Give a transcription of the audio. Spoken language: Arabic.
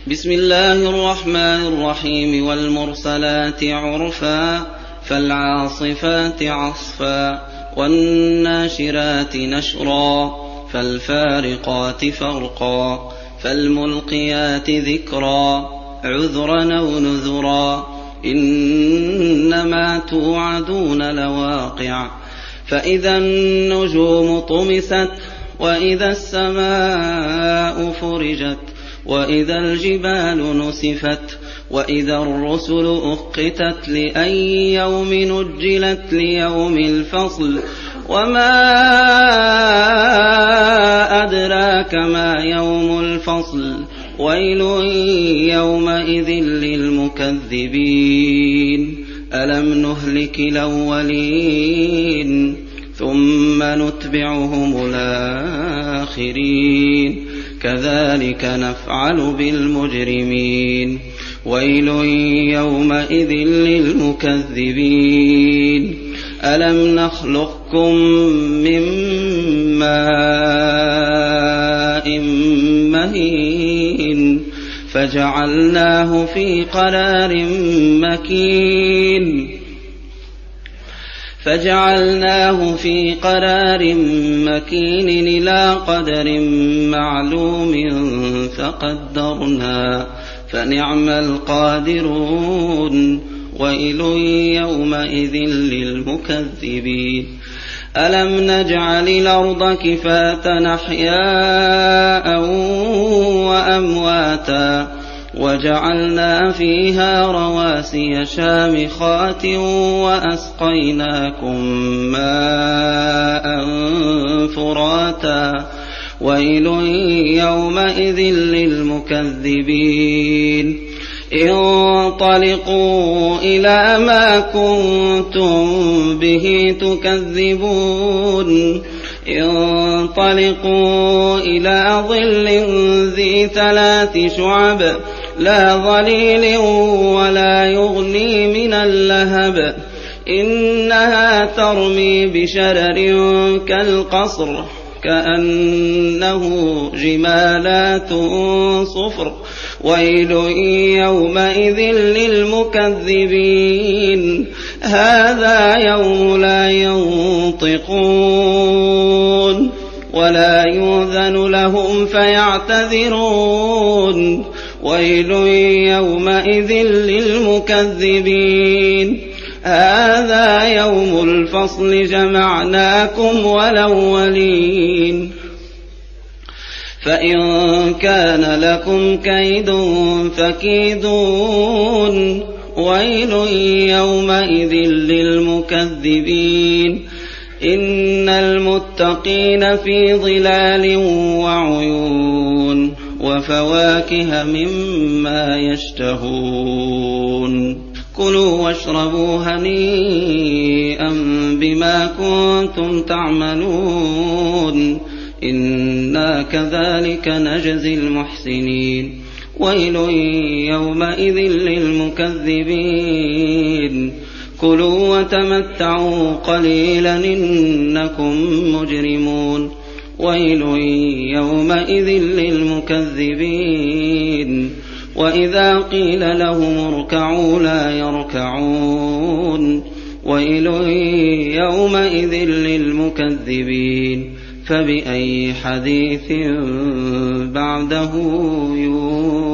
بسم الله الرحمن الرحيم والمرسلات عرفا فالعاصفات عصفا والناشرات نشرا فالفارقات فرقا فالملقيات ذكرا عذرا أو نذرا إنما توعدون لواقع فإذا النجوم طمست وإذا السماء فرجت وإذا الجبال نسفت وإذا الرسل أقتت لأي يوم نجلت ليوم الفصل وما أدراك ما يوم الفصل ويل يومئذ للمكذبين ألم نهلك الأولين ثم نتبعهم الآخرين كذلك نفعل بالمجرمين ويل يومئذ للمكذبين ألم نخلقكم من ماء مهين فجعلناه في قرار مكين إلى قدر معلوم فقدرنا فنعم القادرون ويل يومئذ للمكذبين ألم نجعل الأرض كفاة أحياء وأمواتا وجعلنا فيها رواسي شامخات وأسقيناكم ماء فراتا ويل يومئذ للمكذبين انطلقوا إلى ما كنتم به تكذبون انطلقوا إلى ظل ذي 3 شعب لا ظليل ولا يغني من اللهب إنها ترمي بشرر كالقصر كأنه جمالات صفر ويل يومئذ للمكذبين هذا يوم لا ينطقون ولا يؤذن لهم فيعتذرون ويل يومئذ للمكذبين هذا يوم الفصل جمعناكم والأولين فإن كان لكم كيد فكيدون ويل يومئذ للمكذبين إن المتقين في ظلال وعيون وفواكه مما يشتهون كلوا واشربوا هنيئا بما كنتم تعملون إنا كذلك نجزي المحسنين ويل يومئذ للمكذبين كلوا وتمتعوا قليلا إنكم مجرمون ويل يومئذ للمكذبين وإذا قيل لهم اركعوا لا يركعون ويل يومئذ للمكذبين فبأي حديث بعده يؤمنون